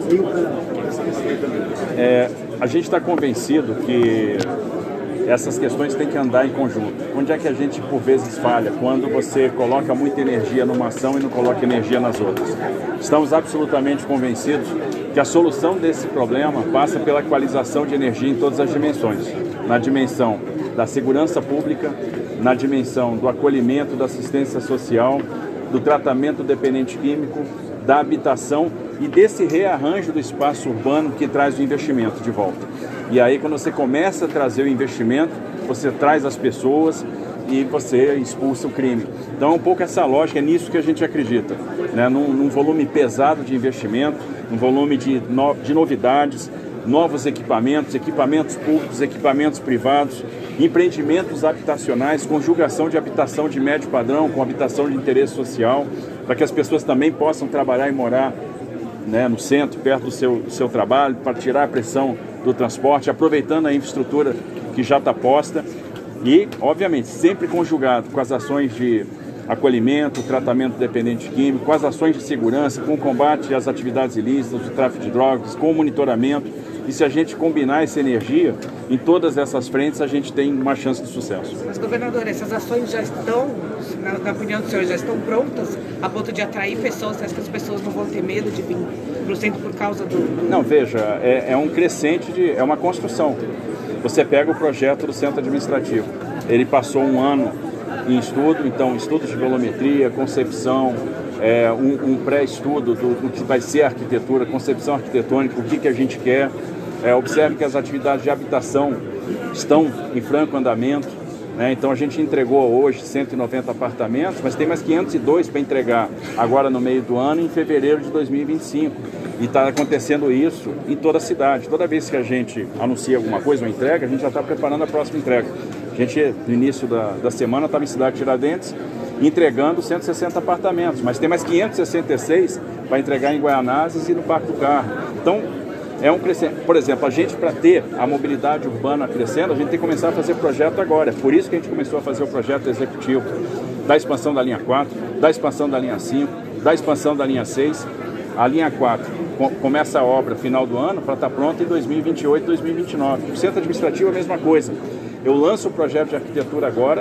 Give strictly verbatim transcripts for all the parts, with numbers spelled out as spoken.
É, a gente está convencido que essas questões têm que andar em conjunto. Onde é que a gente, por vezes, falha? Quando você coloca muita energia numa ação e não coloca energia nas outras. Estamos absolutamente convencidos que a solução desse problema passa pela equalização de energia em todas as dimensões. Na dimensão da segurança pública, na dimensão do acolhimento, da assistência social, do tratamento dependente químico, da habitação e desse rearranjo do espaço urbano que traz o investimento de volta. E aí, quando você começa a trazer o investimento, você traz as pessoas e você expulsa o crime. Então, é um pouco essa lógica, é nisso que a gente acredita, né? num, num volume pesado de investimento, num volume de, no, de novidades, novos equipamentos, equipamentos públicos, equipamentos privados, empreendimentos habitacionais, conjugação de habitação de médio padrão com habitação de interesse social, para que as pessoas também possam trabalhar e morar, né, no centro, perto do seu, do seu trabalho, para tirar a pressão do transporte, aproveitando a infraestrutura que já está posta e, obviamente, sempre conjugado com as ações de acolhimento, tratamento dependente químico, com as ações de segurança, com o combate às atividades ilícitas, do tráfico de drogas, com o monitoramento. E se a gente combinar essa energia, em todas essas frentes a gente tem uma chance de sucesso. Mas, governador, essas ações já estão, na, na opinião do senhor, já estão prontas a ponto de atrair pessoas? Acho que as pessoas não vão ter medo de vir para o centro por causa do... Não, veja, é, é um crescente, de, é uma construção. Você pega o projeto do centro administrativo, ele passou um ano em estudo, então estudos de volumetria, concepção, é, um, um pré-estudo do, do que vai ser a arquitetura, concepção arquitetônica, o que, que a gente quer. É, observe que as atividades de habitação estão em franco andamento, né? Então a gente entregou hoje cento e noventa apartamentos, mas tem mais quinhentos e dois para entregar agora no meio do ano, em fevereiro de dois mil e vinte e cinco. E está acontecendo isso em toda a cidade. Toda vez que a gente anuncia alguma coisa, uma entrega, a gente já está preparando a próxima entrega. A gente, no início da, da semana, estava em Cidade de Tiradentes, entregando cento e sessenta apartamentos, mas tem mais quinhentos e sessenta e seis para entregar em Guaianazes e no Parque do Carro. Então, é um crescimento. Por exemplo, a gente, para ter a mobilidade urbana crescendo, a gente tem que começar a fazer projeto agora. É por isso que a gente começou a fazer o projeto executivo da expansão da linha quatro, da expansão da linha cinco, da expansão da linha seis. A linha quatro começa a obra final do ano para estar pronta em dois mil e vinte e oito, dois mil e vinte e nove. O centro administrativo é a mesma coisa. Eu lanço o projeto de arquitetura agora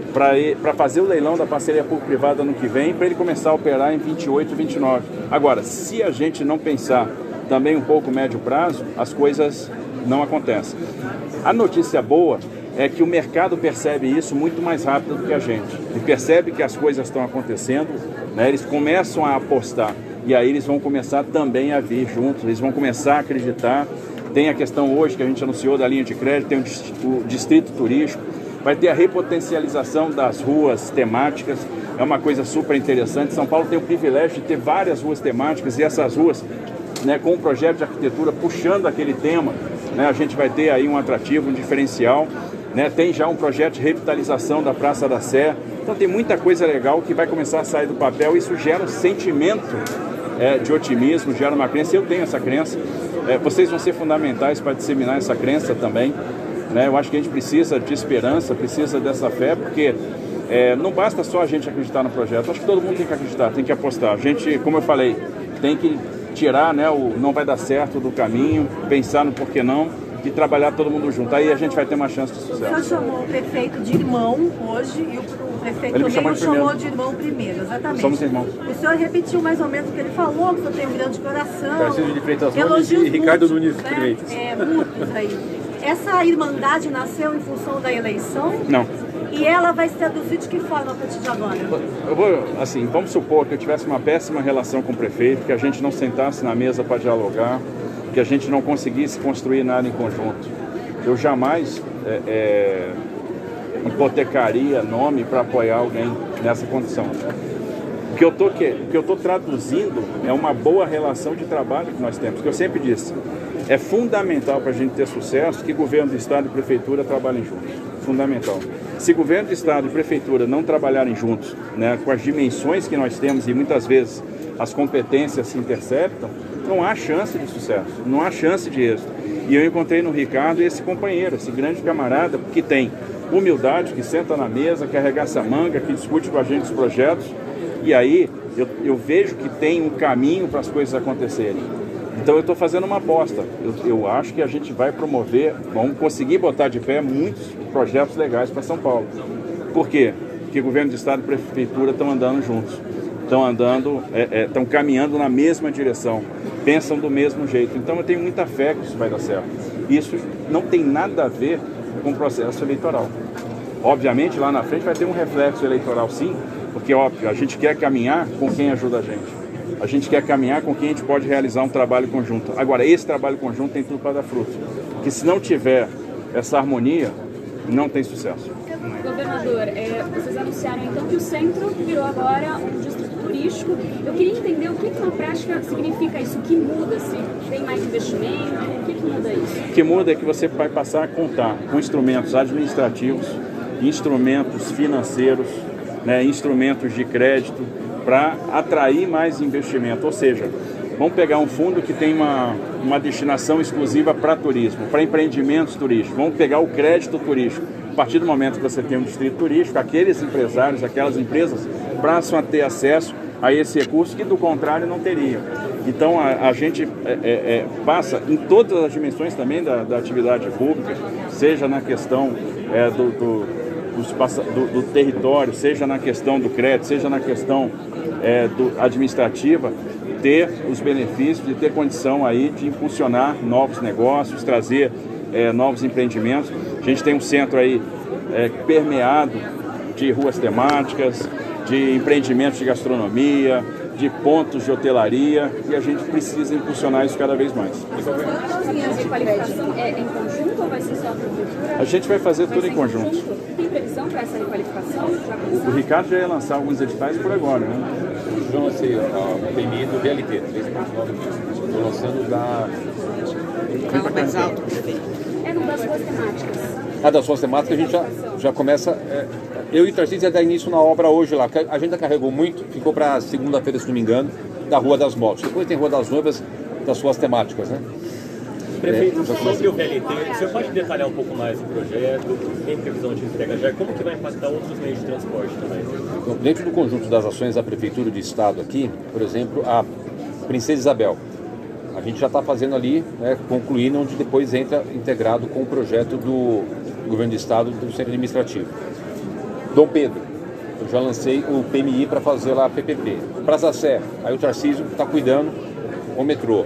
para fazer o leilão da parceria público-privada no que vem, para ele começar a operar em vinte e oito, vinte e nove. Agora, se a gente não pensar também um pouco médio prazo, as coisas não acontecem. A notícia boa é que o mercado percebe isso muito mais rápido do que a gente. Ele percebe que as coisas estão acontecendo, né? Eles começam a apostar e aí eles vão começar também a vir juntos, eles vão começar a acreditar. Tem a questão hoje que a gente anunciou da linha de crédito, tem o distrito turístico, vai ter a repotencialização das ruas temáticas, é uma coisa super interessante. São Paulo tem o privilégio de ter várias ruas temáticas e essas ruas, né, com o projeto de arquitetura puxando aquele tema, né, a gente vai ter aí um atrativo, um diferencial, né, tem já um projeto de revitalização da Praça da Sé, então tem muita coisa legal que vai começar a sair do papel. Isso gera um sentimento é, de otimismo, gera uma crença, eu tenho essa crença, é, vocês vão ser fundamentais para disseminar essa crença também, né, eu acho que a gente precisa de esperança, precisa dessa fé, porque é, não basta só a gente acreditar no projeto, acho que todo mundo tem que acreditar, tem que apostar, a gente, como eu falei, tem que tirar, né, o não vai dar certo do caminho, pensar no porquê não e trabalhar todo mundo junto. Aí a gente vai ter uma chance de sucesso. O senhor chamou o prefeito de irmão hoje e o prefeito ele também me o chamou de irmão primeiro, exatamente. Somos irmãos. O senhor repetiu mais ou menos o que ele falou, que o senhor tem um grande coração. Tarcísio de Freitas Nunes e Ricardo Nunes né? Freitas. É, muitos aí. Essa irmandade nasceu em função da eleição? Não. E ela vai se traduzir de que forma a partir de agora? Eu vou, assim, vamos supor que eu tivesse uma péssima relação com o prefeito, que a gente não sentasse na mesa para dialogar, que a gente não conseguisse construir nada em conjunto. Eu jamais é, é, hipotecaria nome para apoiar alguém nessa condição. O que eu tô, que, o que eu estou traduzindo é uma boa relação de trabalho que nós temos, que eu sempre disse, é fundamental para a gente ter sucesso que governo do estado e prefeitura trabalhem juntos. Fundamental. Se governo do estado e prefeitura não trabalharem juntos, né, com as dimensões que nós temos e muitas vezes as competências se interceptam, não há chance de sucesso, não há chance de êxito. E eu encontrei no Ricardo esse companheiro, esse grande camarada que tem humildade, que senta na mesa, que arregaça a manga, que discute com a gente os projetos. E aí eu, eu vejo que tem um caminho para as coisas acontecerem. Então eu estou fazendo uma aposta. Eu, eu acho que a gente vai promover, vamos conseguir botar de pé muitos projetos legais para São Paulo. Por quê? Porque o governo do estado e a prefeitura estão andando juntos. Estão andando, estão é, é, caminhando na mesma direção, pensam do mesmo jeito. Então eu tenho muita fé que isso vai dar certo. Isso não tem nada a ver com o processo eleitoral. Obviamente lá na frente vai ter um reflexo eleitoral sim, porque óbvio, a gente quer caminhar com quem ajuda a gente. A gente quer caminhar com quem a gente pode realizar um trabalho conjunto. Agora, esse trabalho conjunto tem tudo para dar fruto. Porque se não tiver essa harmonia, não tem sucesso. Governador, é, vocês anunciaram então que o centro virou agora um distrito turístico. Eu queria entender o que, que na prática significa isso, o que muda, se tem mais investimento, o que, que muda isso? O que muda é que você vai passar a contar com instrumentos administrativos, instrumentos financeiros, né, instrumentos de crédito para atrair mais investimento. Ou seja, vamos pegar um fundo que tem uma, uma destinação exclusiva para turismo, para empreendimentos turísticos. Vamos pegar o crédito turístico. A partir do momento que você tem um distrito turístico, aqueles empresários, aquelas empresas passam a ter acesso a esse recurso que do contrário não teriam. Então a, a gente é, é, passa em todas as dimensões também da, da atividade pública, seja na questão é, do, do, dos, do, do território, seja na questão do crédito, seja na questão é, do, administrativa, ter os benefícios de ter condição aí de impulsionar novos negócios, trazer é, novos empreendimentos. A gente tem um centro aí é, permeado de ruas temáticas, de empreendimentos de gastronomia, de pontos de hotelaria, e a gente precisa impulsionar isso cada vez mais. A requalificação é em conjunto ou vai ser só a prefeitura? A gente vai fazer vai tudo em conjunto. conjunto. Tem previsão para essa requalificação? O, o Ricardo já ia lançar alguns editais por agora, né? Eu lancei o P M I do V L T, três ponto nove mil. Estou lançando da... Fala mais alto, prefeito. É no das ruas temáticas. Ah, das ruas temáticas a gente já, já começa... É, eu e o Tarcísio ia dar início na obra hoje lá. A agenda carregou muito, ficou para segunda-feira, se não me engano, da Rua das Motos. Depois tem Rua das Noivas, das ruas temáticas, né? Prefeito, sobre o V L T, o senhor pode detalhar um pouco mais o projeto, tem previsão de entrega já, como que vai impactar outros meios de transporte também? Então, dentro do conjunto das ações da Prefeitura de Estado aqui, por exemplo, a Princesa Isabel, a gente já está fazendo ali, né, concluindo, onde depois entra integrado com o projeto do Governo do Estado do Centro Administrativo. Dom Pedro, eu já lancei o P M I para fazer lá a P P P. Praça Sé, aí o Tarcísio está cuidando o metrô.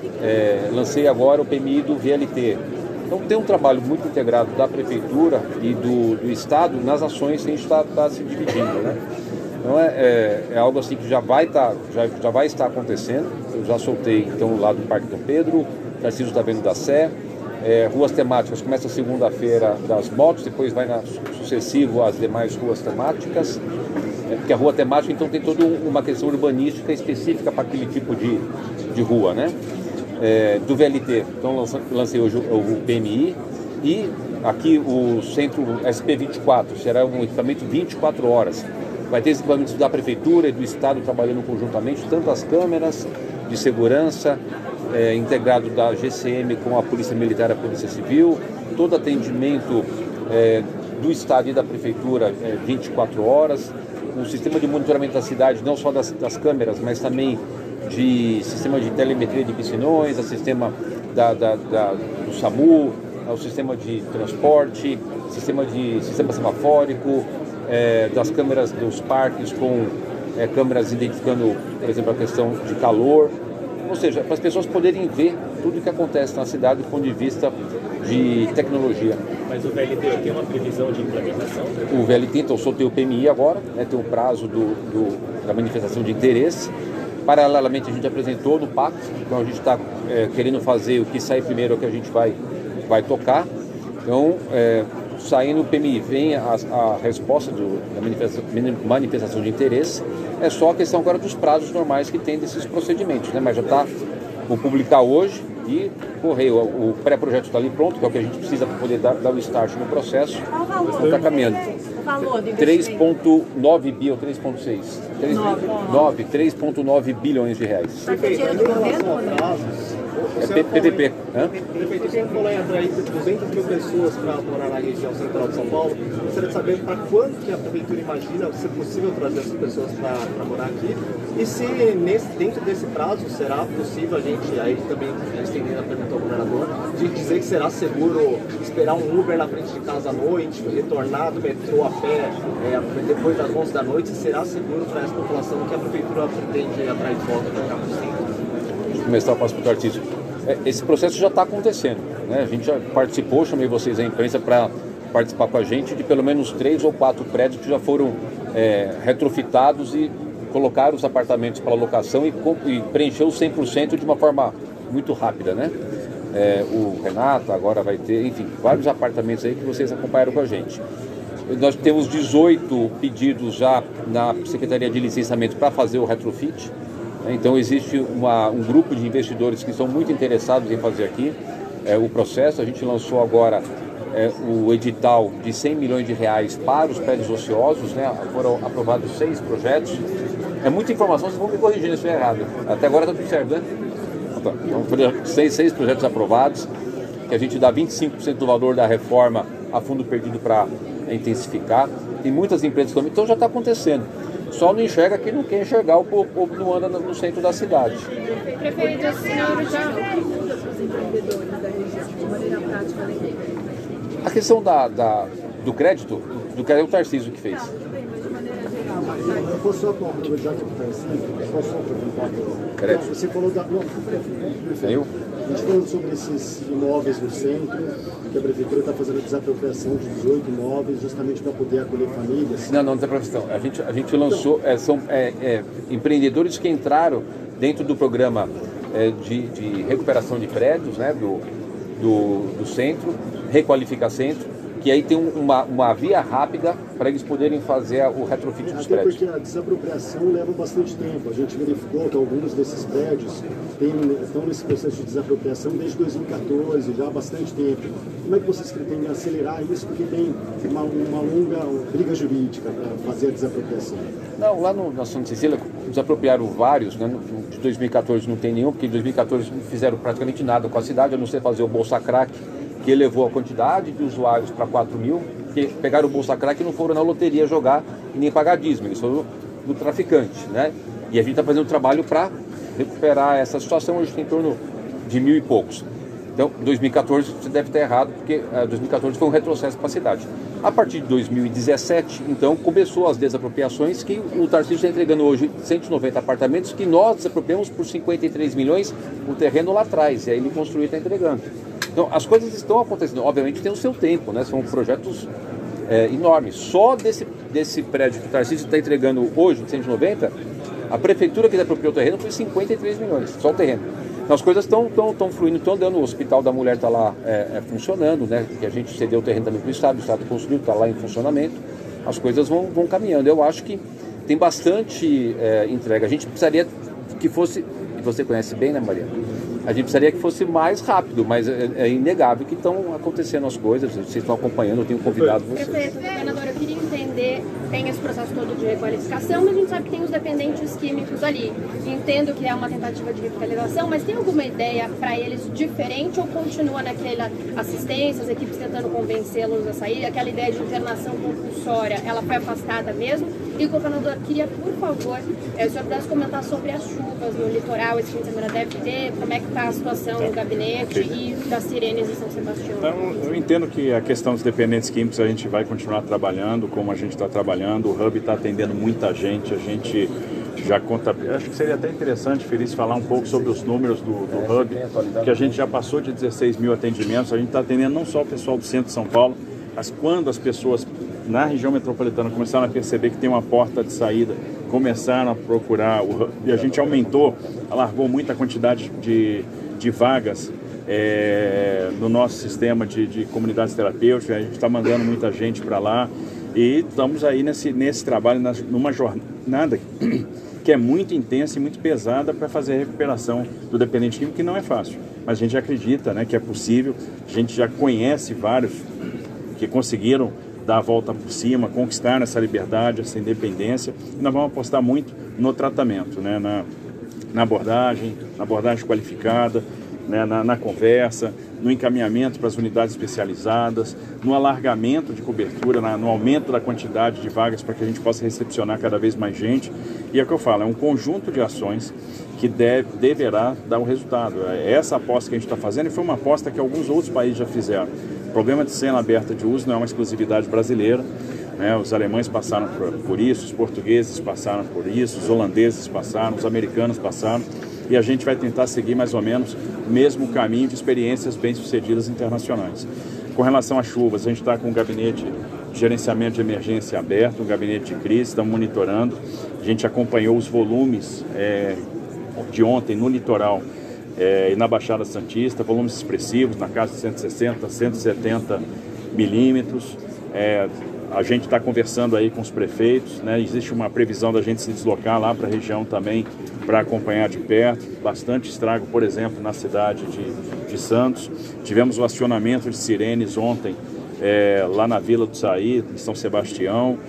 É, lancei agora o P M I do V L T. Então tem um trabalho muito integrado da Prefeitura e do, do Estado nas ações que a gente está tá se dividindo, né? Então é, é, é algo assim que já vai, tá, já, já vai estar acontecendo. Eu já soltei então lá do Parque Dom Pedro, o Tarcísio está vendo da Sé. É, ruas temáticas, começa segunda-feira das motos, depois vai na sucessivo as demais ruas temáticas, é, porque a rua temática então tem toda uma questão urbanística específica para aquele tipo de, de rua, né? É, do V L T, então lancei hoje o, o P M I e aqui o centro S P vinte e quatro, será um equipamento vinte e quatro horas, vai ter equipamentos da Prefeitura e do Estado trabalhando conjuntamente, tanto as câmeras de segurança, É, integrado da G C M com a Polícia Militar e a Polícia Civil, todo atendimento é, do Estado e da Prefeitura é, vinte e quatro horas, um sistema de monitoramento da cidade, não só das, das câmeras, mas também de sistema de telemetria de piscinões, o sistema da, da, da, do SAMU, o sistema de transporte, sistema, de, sistema semafórico, é, das câmeras dos parques com é, câmeras identificando, por exemplo, a questão de calor. Ou seja, para as pessoas poderem ver tudo o que acontece na cidade do ponto de vista de tecnologia. Mas o V L T tem uma previsão de implementação? O V L T, então, soltei o P M I agora, né, tem o prazo do, do, da manifestação de interesse. Paralelamente, a gente apresentou no pacto, então a gente está é, querendo fazer o que sair primeiro é o que a gente vai, vai tocar. Então, é, saindo o P M I, vem a, a resposta do, da manifestação, manifestação de interesse. É só a questão agora dos prazos normais que tem desses procedimentos, né? Mas já está, vou publicar hoje e correr. O, o pré-projeto está ali pronto, que é o que a gente precisa para poder dar, dar o start no processo. Qual o valor? Está caminhando. O valor do três ponto nove bi ou três ponto seis. nove, três vírgula nove bilhões de reais. Prefeito, em relação a prazos, É P P P. Prefeito, o senhor falou em atrair duzentas mil pessoas para morar na região central de São Paulo. Gostaria de saber para quando que a Prefeitura imagina ser possível trazer essas pessoas para morar aqui e se nesse, dentro desse prazo será possível a gente, aí também estendendo a pergunta ao governador, de dizer que será seguro esperar um Uber na frente de casa à noite, retornar do metrô a pé é, depois das onze da noite, será seguro para essa população que a Prefeitura pretende atrair de volta para cá para o centro? Começar o passo para o Tarcísio. Esse processo já está acontecendo, né? A gente já participou, chamei vocês à imprensa para participar com a gente de pelo menos três ou quatro prédios que já foram é, retrofitados e colocaram os apartamentos para locação e, e preencheu cem por cento de uma forma muito rápida, né? É, o Renato agora vai ter, enfim, vários apartamentos aí que vocês acompanharam com a gente. Nós temos dezoito pedidos já na Secretaria de Licenciamento para fazer o retrofit. Então existe uma, um grupo de investidores que são muito interessados em fazer aqui é, o processo. A gente lançou agora é, o edital de cem milhões de reais para os prédios ociosos, né? Foram aprovados seis projetos. É muita informação, vocês vão me corrigir se estiver errado. Até agora está tudo certo, né? Então, foram seis, seis projetos aprovados, que a gente dá vinte e cinco por cento do valor da reforma a fundo perdido para intensificar. Tem muitas empresas também, então já está acontecendo. Só não enxerga quem não quer enxergar, o povo não anda no centro da cidade. Prefeito, o senhor já... A questão da, da, do crédito, do crédito é o Tarcísio que fez. Eu posso só aproveitar que o Tarcísio, posso só perguntar para o... Você falou da... Não, Saiu? A gente falando sobre esses imóveis no centro, que a Prefeitura está fazendo a desapropriação de dezoito imóveis justamente para poder acolher famílias. Não, não, desapropriação. A gente, a gente lançou, é, são é, é, empreendedores que entraram dentro do programa é, de, de recuperação de prédios, né, do, do, do centro, Requalifica Centro, que aí tem uma, uma via rápida para eles poderem fazer o retrofit dos Até prédios. porque a desapropriação leva bastante tempo. A gente verificou que alguns desses prédios tem, estão nesse processo de desapropriação desde dois mil e quatorze, já há bastante tempo. Como é que vocês pretendem acelerar isso? Porque tem uma, uma longa briga jurídica para fazer a desapropriação. Não, lá no, na Santa Cecília desapropriaram vários, né? De dois mil e quatorze não tem nenhum, porque em dois mil e quatorze não fizeram praticamente nada com a cidade, a não ser fazer o Bolsa Crack, que elevou a quantidade de usuários para quatro mil, que pegaram o Bolsa Crack e não foram na loteria jogar e nem pagar dízimo, eles foram do traficante, né? E a gente está fazendo um trabalho para recuperar essa situação, hoje tem em torno de mil e poucos. Então, dois mil e quatorze você deve estar errado, porque uh, dois mil e quatorze foi um retrocesso para a cidade. A partir de dois mil e dezessete, então, começou as desapropriações, que o Tarcísio está entregando hoje cento e noventa apartamentos, que nós desapropriamos por cinquenta e três milhões o terreno lá atrás, e aí ele construiu e está entregando. Então, as coisas estão acontecendo, obviamente tem o seu tempo, né? São projetos é, enormes. Só desse, desse prédio que o Tarcísio está entregando hoje, de cento e noventa, a prefeitura que desapropriou o terreno foi cinquenta e três milhões, só o terreno. Então, as coisas estão fluindo, estão dando. O Hospital da Mulher está lá é, é, funcionando, né? Que a gente cedeu o terreno também para o Estado, o Estado construiu, está lá em funcionamento. As coisas vão, vão caminhando. Eu acho que tem bastante é, entrega. A gente precisaria que fosse, e você conhece bem, né, Maria? A gente precisaria que fosse mais rápido, mas é, é inegável que estão acontecendo as coisas, vocês estão acompanhando, eu tenho convidado vocês. Prefeito, governador, eu queria entender, tem esse processo todo de requalificação, mas a gente sabe que tem os dependentes químicos ali. Entendo que é uma tentativa de revitalização, mas tem alguma ideia para eles diferente ou continua naquela assistência, as equipes tentando convencê-los a sair? Aquela ideia de internação compulsória, ela foi afastada mesmo? E, governador, queria, por favor, é, o senhor pudesse comentar sobre as chuvas no litoral, esse fim de semana deve ter, como é que está a situação no gabinete e das sirenes em São Sebastião? Então, eu entendo que a questão dos dependentes químicos a gente vai continuar trabalhando como a gente está trabalhando, o Hub está atendendo muita gente, a gente já conta... Acho que seria até interessante, Feliz, falar um pouco sobre os números do, do Hub, que a gente já passou de dezesseis mil atendimentos, a gente está atendendo não só o pessoal do centro de São Paulo, mas quando as pessoas na região metropolitana começaram a perceber que tem uma porta de saída, começaram a procurar o Hub, e a gente aumentou, alargou muito a quantidade de, de vagas é, no nosso sistema de, de comunidades terapêuticas, a gente está mandando muita gente para lá e estamos aí nesse, nesse trabalho, numa jornada que é muito intensa e muito pesada para fazer a recuperação do dependente químico, que não é fácil, mas a gente acredita, né, que é possível, a gente já conhece vários que conseguiram dar a volta por cima, conquistar essa liberdade, essa independência. E nós vamos apostar muito no tratamento, né? na, na abordagem, na abordagem qualificada, né? na, na conversa, no encaminhamento para as unidades especializadas, no alargamento de cobertura, na, no aumento da quantidade de vagas para que a gente possa recepcionar cada vez mais gente. E é o que eu falo, é um conjunto de ações que deve, deverá dar um resultado. Essa aposta que a gente está fazendo e foi uma aposta que alguns outros países já fizeram. O problema de cena aberta de uso não é uma exclusividade brasileira, né? Os alemães passaram por, por isso, os portugueses passaram por isso, os holandeses passaram, os americanos passaram, e a gente vai tentar seguir mais ou menos o mesmo caminho de experiências bem-sucedidas internacionais. Com relação às chuvas, a gente está com um gabinete de gerenciamento de emergência aberto, um gabinete de crise, estamos monitorando, a gente acompanhou os volumes é, de ontem no litoral é, e na Baixada Santista, volumes expressivos, na casa de cento e sessenta, cento e setenta milímetros. É, a gente está conversando aí com os prefeitos, né? Existe uma previsão da gente se deslocar lá para a região também para acompanhar de perto. Bastante estrago, por exemplo, na cidade de, de Santos. Tivemos o acionamento de sirenes ontem é, lá na Vila do Saí, em São Sebastião.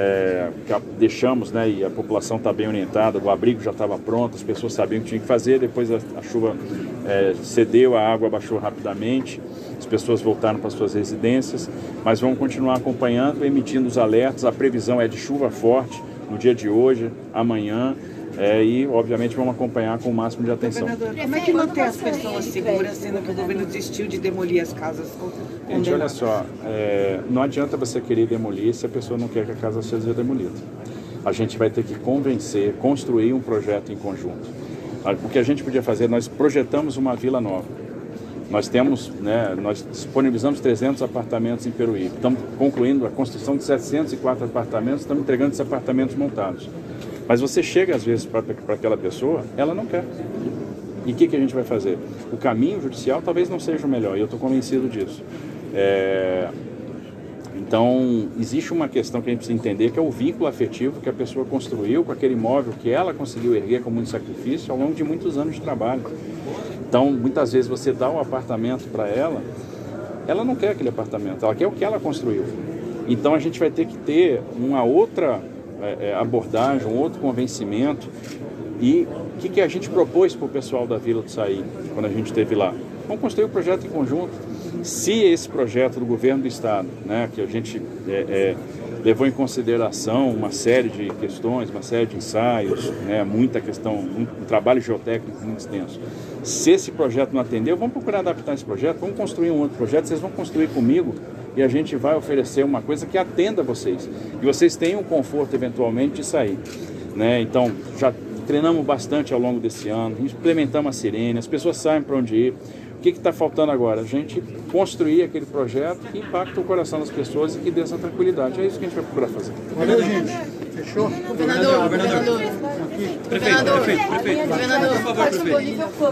É, deixamos, né, e a população está bem orientada, o abrigo já estava pronto, as pessoas sabiam o que tinha que fazer, depois a, a chuva é, cedeu, a água baixou rapidamente, as pessoas voltaram para suas residências, mas vamos continuar acompanhando, emitindo os alertas. A previsão é de chuva forte no dia de hoje, amanhã, é, e obviamente vamos acompanhar com o máximo de atenção. Governador, como é que mantém as pessoas seguras, sendo que o governo desistiu de demolir as casas? Gente, olha só, é, não adianta você querer demolir se a pessoa não quer que a casa seja demolida. A gente vai ter que convencer, construir um projeto em conjunto. O que a gente podia fazer, nós projetamos uma vila nova. Nós temos, né, nós disponibilizamos trezentos apartamentos em Peruíbe. Estamos concluindo a construção de setecentos e quatro apartamentos, estamos entregando esses apartamentos montados. Mas você chega às vezes para aquela pessoa, ela não quer. E o que, que a gente vai fazer? O caminho judicial talvez não seja o melhor, e eu estou convencido disso. É... Então, existe uma questão que a gente precisa entender, que é o vínculo afetivo que a pessoa construiu com aquele imóvel que ela conseguiu erguer com muito sacrifício ao longo de muitos anos de trabalho. Então, muitas vezes você dá um apartamento para ela, ela não quer aquele apartamento, ela quer o que ela construiu. Então, a gente vai ter que ter uma outra é, abordagem, um outro convencimento. E o que, que a gente propôs para o pessoal da Vila do Saí, quando a gente esteve lá? Vamos construir um projeto em conjunto. Se esse projeto do governo do estado, né, que a gente é, é, levou em consideração uma série de questões, uma série de ensaios, né, muita questão, um, um trabalho geotécnico muito extenso. Se esse projeto não atendeu, vamos procurar adaptar esse projeto, vamos construir um outro projeto, vocês vão construir comigo e a gente vai oferecer uma coisa que atenda vocês. E vocês tenham o conforto, eventualmente, de sair. Né? Então, já treinamos bastante ao longo desse ano, implementamos a sirene, as pessoas sabem para onde ir. O que está faltando agora? A gente construir aquele projeto que impacta o coração das pessoas e que dê essa tranquilidade. É isso que a gente vai procurar fazer. Valeu, gente. Fechou? Governador, governador. Aqui. Prefeito, prefeito, prefeito. Governador, por favor, prefeito.